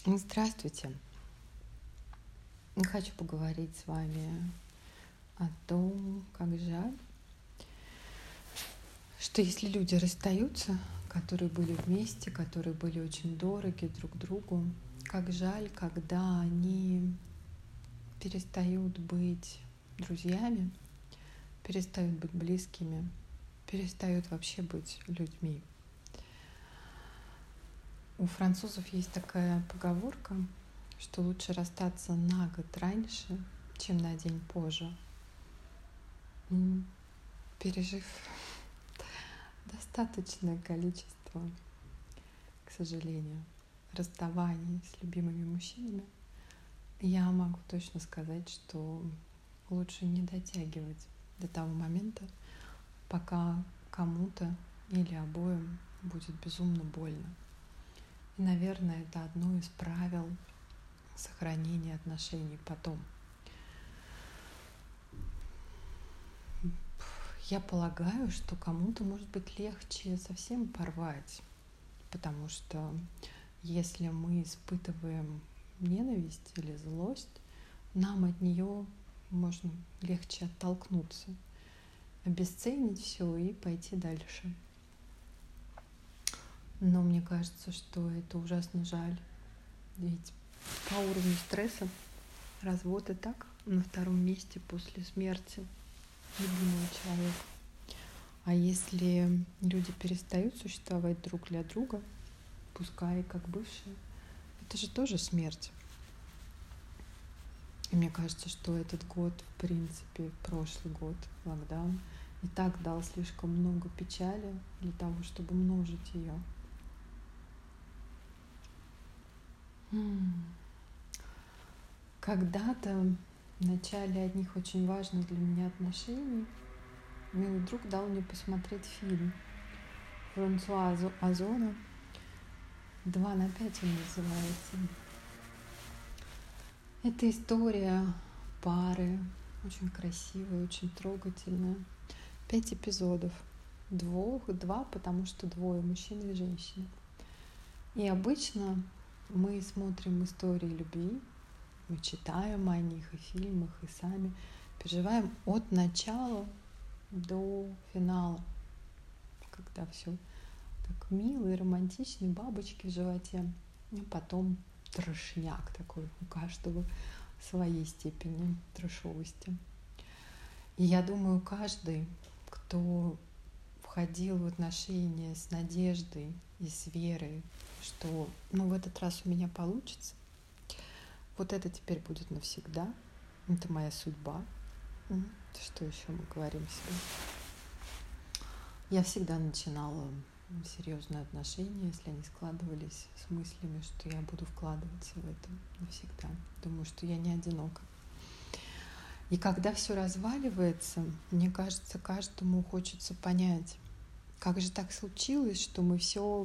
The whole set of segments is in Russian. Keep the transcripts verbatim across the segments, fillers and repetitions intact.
Здравствуйте. Хочу поговорить с вами о том, как жаль, что если люди расстаются, которые были вместе, которые были очень дороги друг другу, как жаль, когда они перестают быть друзьями, перестают быть близкими, перестают вообще быть людьми. У французов есть такая поговорка, что лучше расстаться на год раньше, чем на день позже. Пережив достаточное количество, к сожалению, расставаний с любимыми мужчинами, я могу точно сказать, что лучше не дотягивать до того момента, пока кому-то или обоим будет безумно больно. И, наверное, это одно из правил сохранения отношений потом. Я полагаю, что кому-то может быть легче совсем порвать, потому что если мы испытываем ненависть или злость, нам от нее можно легче оттолкнуться, обесценить все и пойти дальше. Но мне кажется, что это ужасно жаль, ведь по уровню стресса развод и так на втором месте после смерти любимого человека. А если люди перестают существовать друг для друга, пускай и как бывшие, это же тоже смерть. И мне кажется, что этот год, в принципе, прошлый год, локдаун, и так дал слишком много печали для того, чтобы множить ее. Когда-то в начале одних очень важных для меня отношений мой друг дал мне посмотреть фильм Франсуа Озона «Два на пять» он называется. Это история пары, очень красивая, очень трогательная. Пять эпизодов. Двух, два, потому что двое, мужчина и женщина. И обычно мы смотрим истории любви, мы читаем о них и фильмах, и сами переживаем от начала до финала, когда все так мило и романтично, бабочки в животе, а потом трешняк такой, у каждого своей степени трешовости. И я думаю, каждый, кто входил в отношения с надеждой и с верой, что ну в этот раз у меня получится, вот это теперь будет навсегда, это моя судьба. Что еще мы говорим себе? Я всегда начинала серьезные отношения, если они складывались с мыслями, что я буду вкладываться в это навсегда. Думаю, что я не одинока. И когда все разваливается, мне кажется, каждому хочется понять, как же так случилось, что мы все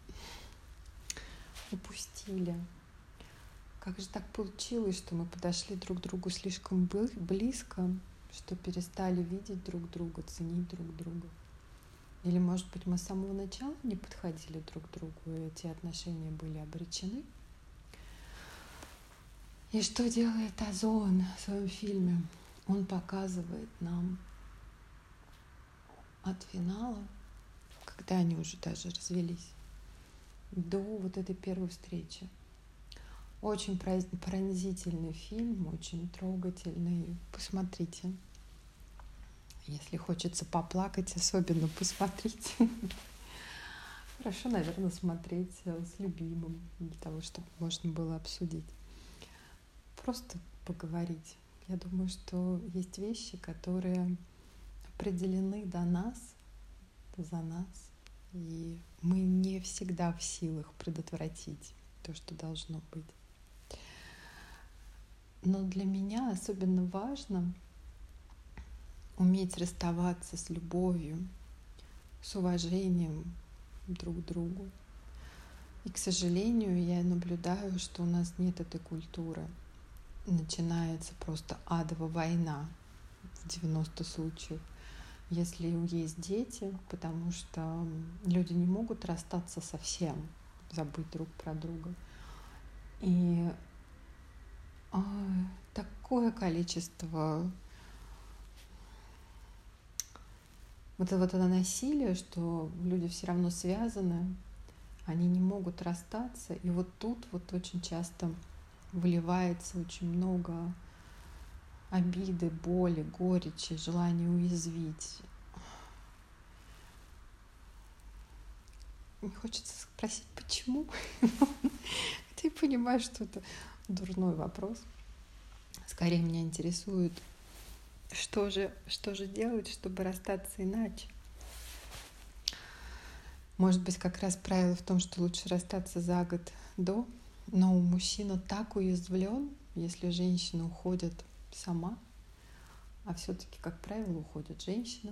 упустили. Как же так получилось, что мы подошли друг к другу слишком близко, что перестали видеть друг друга, ценить друг друга. Или, может быть, мы с самого начала не подходили друг к другу, и эти отношения были обречены. И что делает Озон в своем фильме? Он показывает нам от финала, когда они уже даже развелись, до вот этой первой встречи. Очень пронзительный фильм, очень трогательный. Посмотрите. Если хочется поплакать, особенно посмотрите. Хорошо, наверное, смотреть с любимым, для того, чтобы можно было обсудить. Просто поговорить. Я думаю, что есть вещи, которые определены до нас, за нас, и мы не всегда в силах предотвратить то, что должно быть. Но для меня особенно важно уметь расставаться с любовью, с уважением друг к другу. И, к сожалению, я наблюдаю, что у нас нет этой культуры. Начинается просто адовая война в девяноста случаях, если есть дети, потому что люди не могут расстаться совсем, забыть друг про друга. И а, такое количество вот это вот это насилие, что люди все равно связаны, они не могут расстаться. И вот тут вот очень часто выливается очень много обиды, боли, горечи, желания уязвить. Мне хочется спросить, почему? Ты понимаешь, что это дурной вопрос. Скорее меня интересует, что же, что же делать, чтобы расстаться иначе. Может быть, как раз правило в том, что лучше расстаться за год до, но мужчина так уязвлен, если женщина уходит сама, а все-таки, как правило, уходит женщина.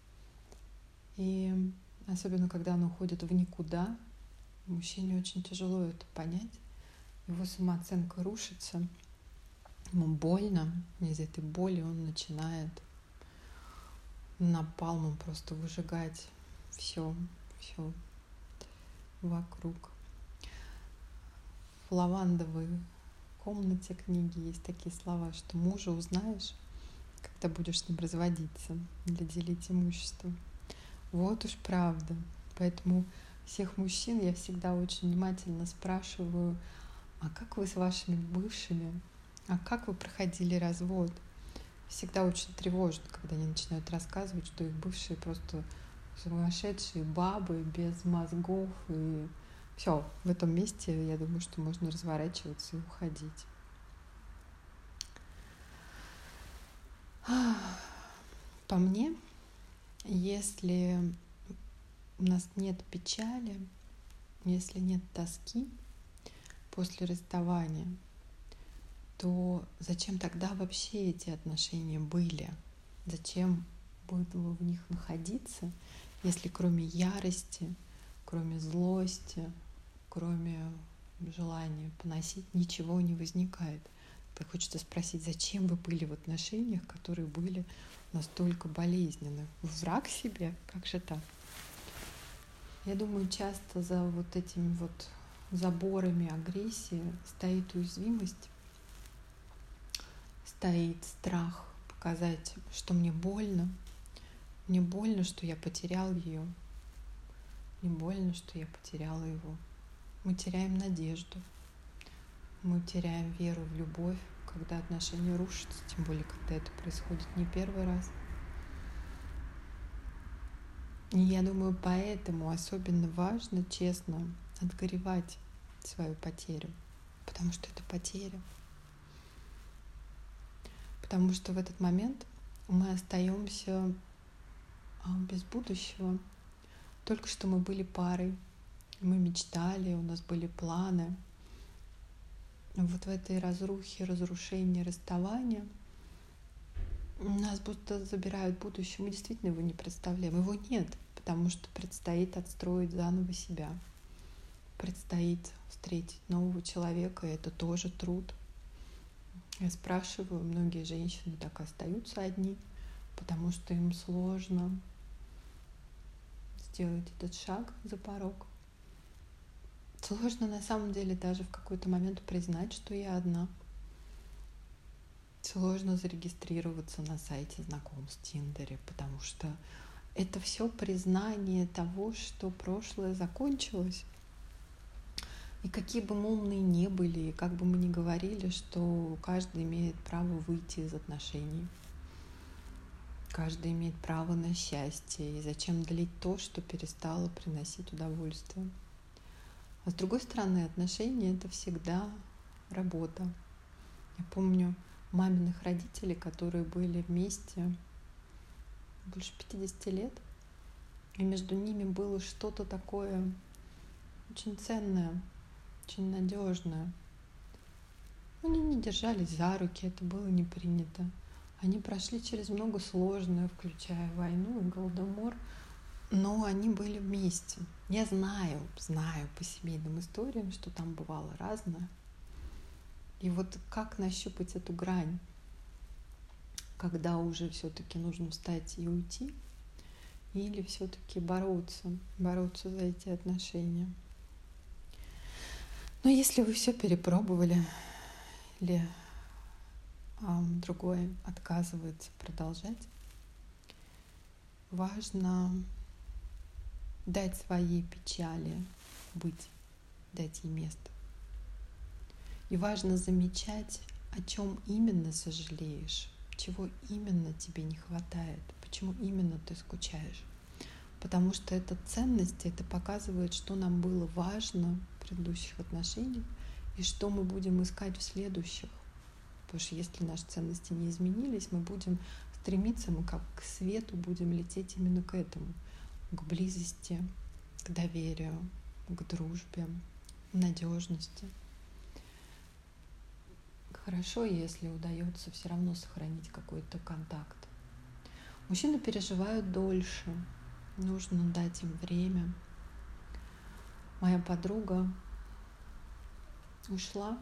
И особенно, когда она уходит в никуда, мужчине очень тяжело это понять. Его самооценка рушится, ему больно, и из этой боли он начинает напалмом просто выжигать все, все вокруг. В лавандовой комнате книги есть такие слова, что мужа узнаешь, когда будешь с ним разводиться или делить имущество. Вот уж правда. Поэтому всех мужчин я всегда очень внимательно спрашиваю, а как вы с вашими бывшими, а как вы проходили развод? Всегда очень тревожно, когда они начинают рассказывать, что их бывшие просто сумасшедшие бабы без мозгов. И все, в этом месте я думаю, что можно разворачиваться и уходить. По мне, если у нас нет печали, если нет тоски после расставания, то зачем тогда вообще эти отношения были? Зачем было в них находиться, если кроме ярости, кроме злости, кроме желания поносить, ничего не возникает? Так хочется спросить, зачем вы были в отношениях, которые были настолько болезненны? Враг себе? Как же так? Я думаю, часто за вот этими вот заборами агрессии стоит уязвимость, стоит страх показать, что мне больно. Мне больно, что я потерял ее. Мне больно, что я потеряла его. Мы теряем надежду. Мы теряем веру в любовь, когда отношения рушатся, тем более, когда это происходит не первый раз. И я думаю, поэтому особенно важно честно отгоревать свою потерю, потому что это потеря. Потому что в этот момент мы остаемся без будущего. Только что мы были парой, мы мечтали, у нас были планы. Вот в этой разрухе, разрушении, расставания нас будто забирают будущее. Мы действительно его не представляем. Его нет, потому что предстоит отстроить заново себя. Предстоит встретить нового человека, и это тоже труд. Я спрашиваю, многие женщины так и остаются одни, потому что им сложно сделать этот шаг за порог. Сложно на самом деле даже в какой-то момент признать, что я одна. Сложно зарегистрироваться на сайте знакомств в Тиндере, потому что это все признание того, что прошлое закончилось. И какие бы мы умные не были, и как бы мы ни говорили, что каждый имеет право выйти из отношений. Каждый имеет право на счастье. И зачем длить то, что перестало приносить удовольствие? А с другой стороны, отношения — это всегда работа. Я помню маминых родителей, которые были вместе больше пятидесяти лет, и между ними было что-то такое очень ценное, очень надежное. Они не держались за руки, это было не принято. Они прошли через много сложного, включая войну и голодомор, но они были вместе. Я знаю, знаю по семейным историям, что там бывало разное. И вот как нащупать эту грань, когда уже все-таки нужно встать и уйти, или все-таки бороться, бороться за эти отношения. Но если вы все перепробовали или а, другой отказывается продолжать, важно дать своей печали быть, дать ей место. И важно замечать, о чем именно сожалеешь, чего именно тебе не хватает, почему именно ты скучаешь. Потому что это ценности, это показывает, что нам было важно в предыдущих отношениях и что мы будем искать в следующих. Потому что если наши ценности не изменились, мы будем стремиться, мы как к свету будем лететь именно к этому, к близости, к доверию, к дружбе, надежности. Хорошо, если удается все равно сохранить какой-то контакт. Мужчины переживают дольше, нужно дать им время. Моя подруга ушла,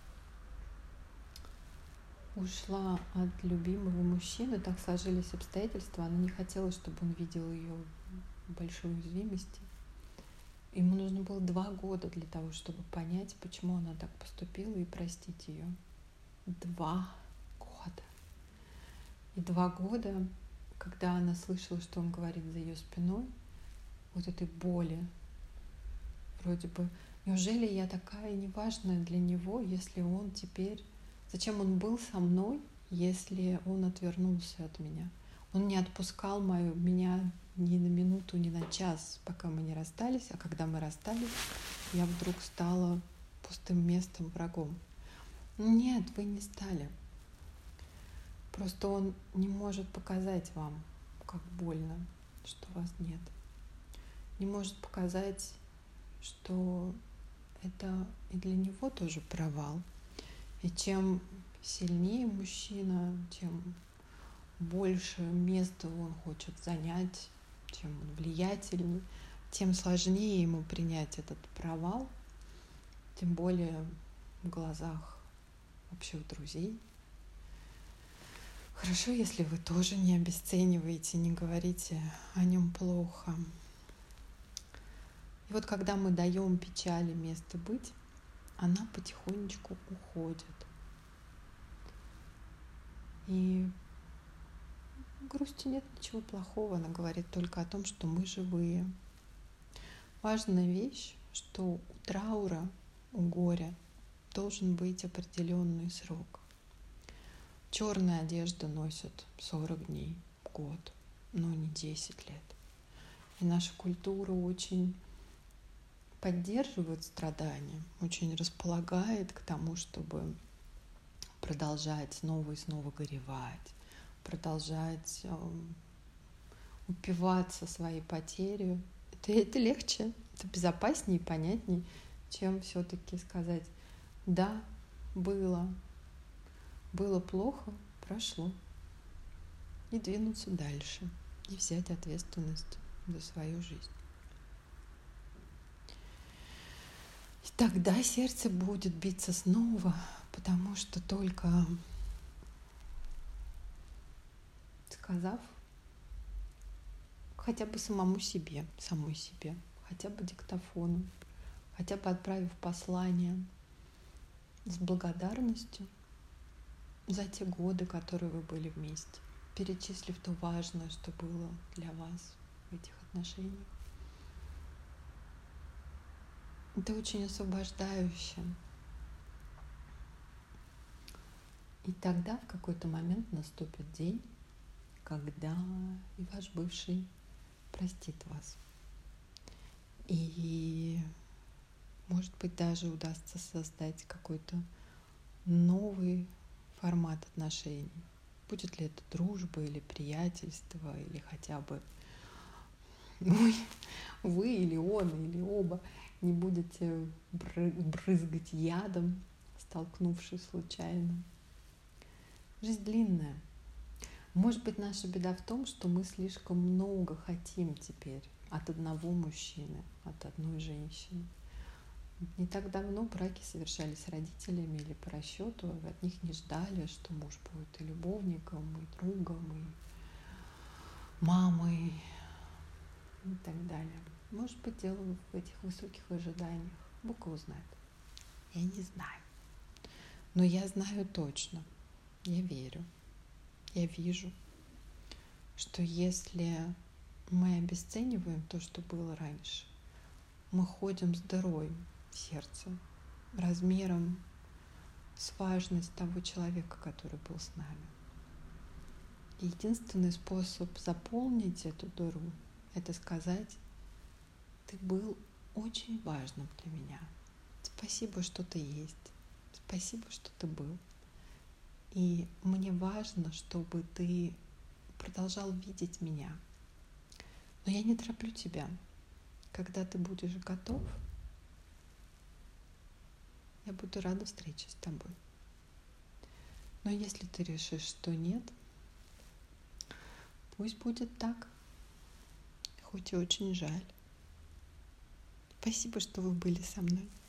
ушла от любимого мужчины, так сложились обстоятельства, она не хотела, чтобы он видел ее в большой уязвимости. Ему нужно было два года для того, чтобы понять, почему она так поступила, и простить ее. Два года. И два года, когда она слышала, что он говорит за ее спиной, вот этой боли, вроде бы, неужели я такая неважная для него, если он теперь... Зачем он был со мной, если он отвернулся от меня? Он не отпускал мою, меня ни на минуту, ни на час, пока мы не расстались, а когда мы расстались, я вдруг стала пустым местом, врагом. Нет, вы не стали. Просто он не может показать вам, как больно, что вас нет. Не может показать, что это и для него тоже провал. И чем сильнее мужчина, чем больше места он хочет занять, чем он влиятельнее, тем сложнее ему принять этот провал, тем более в глазах общих друзей. Хорошо, если вы тоже не обесцениваете, не говорите о нем плохо. И вот когда мы даем печали место быть, она потихонечку уходит. И в грусти нет ничего плохого, она говорит только о том, что мы живые. Важная вещь, что у траура, у горя должен быть определенный срок. Черная одежда носят сорок дней, год, но не десять лет. И наша культура очень поддерживает страдания, очень располагает к тому, чтобы продолжать снова и снова горевать, продолжать э, упиваться своей потерей. Это, это легче, это безопаснее и понятнее, чем все-таки сказать: да, было, было плохо, прошло. И двинуться дальше, и взять ответственность за свою жизнь. И тогда сердце будет биться снова, потому что только сказав хотя бы самому себе, самой себе, хотя бы диктофону, хотя бы отправив послание с благодарностью за те годы, которые вы были вместе, перечислив то важное, что было для вас в этих отношениях. Это очень освобождающе. И тогда в какой-то момент наступит день, когда и ваш бывший простит вас. И, может быть, даже удастся создать какой-то новый формат отношений. Будет ли это дружба или приятельство, или хотя бы вы, вы или он, или оба не будете брызгать ядом, столкнувшись случайно. Жизнь длинная. Может быть, наша беда в том, что мы слишком много хотим теперь от одного мужчины, от одной женщины. Не так давно браки совершались родителями или по расчету, от них не ждали, что муж будет и любовником, и другом, и мамой, и так далее. Может быть, дело в этих высоких ожиданиях. Бог его знает. Я не знаю. Но я знаю точно, я верю, я вижу, что если мы обесцениваем то, что было раньше, мы ходим с дырой в сердце, размером с важность того человека, который был с нами. И единственный способ заполнить эту дыру — это сказать: ты был очень важным для меня. Спасибо, что ты есть. Спасибо, что ты был. И мне важно, чтобы ты продолжал видеть меня. Но я не тороплю тебя. Когда ты будешь готов, я буду рада встрече с тобой. Но если ты решишь, что нет, пусть будет так, хоть и очень жаль. Спасибо, что вы были со мной.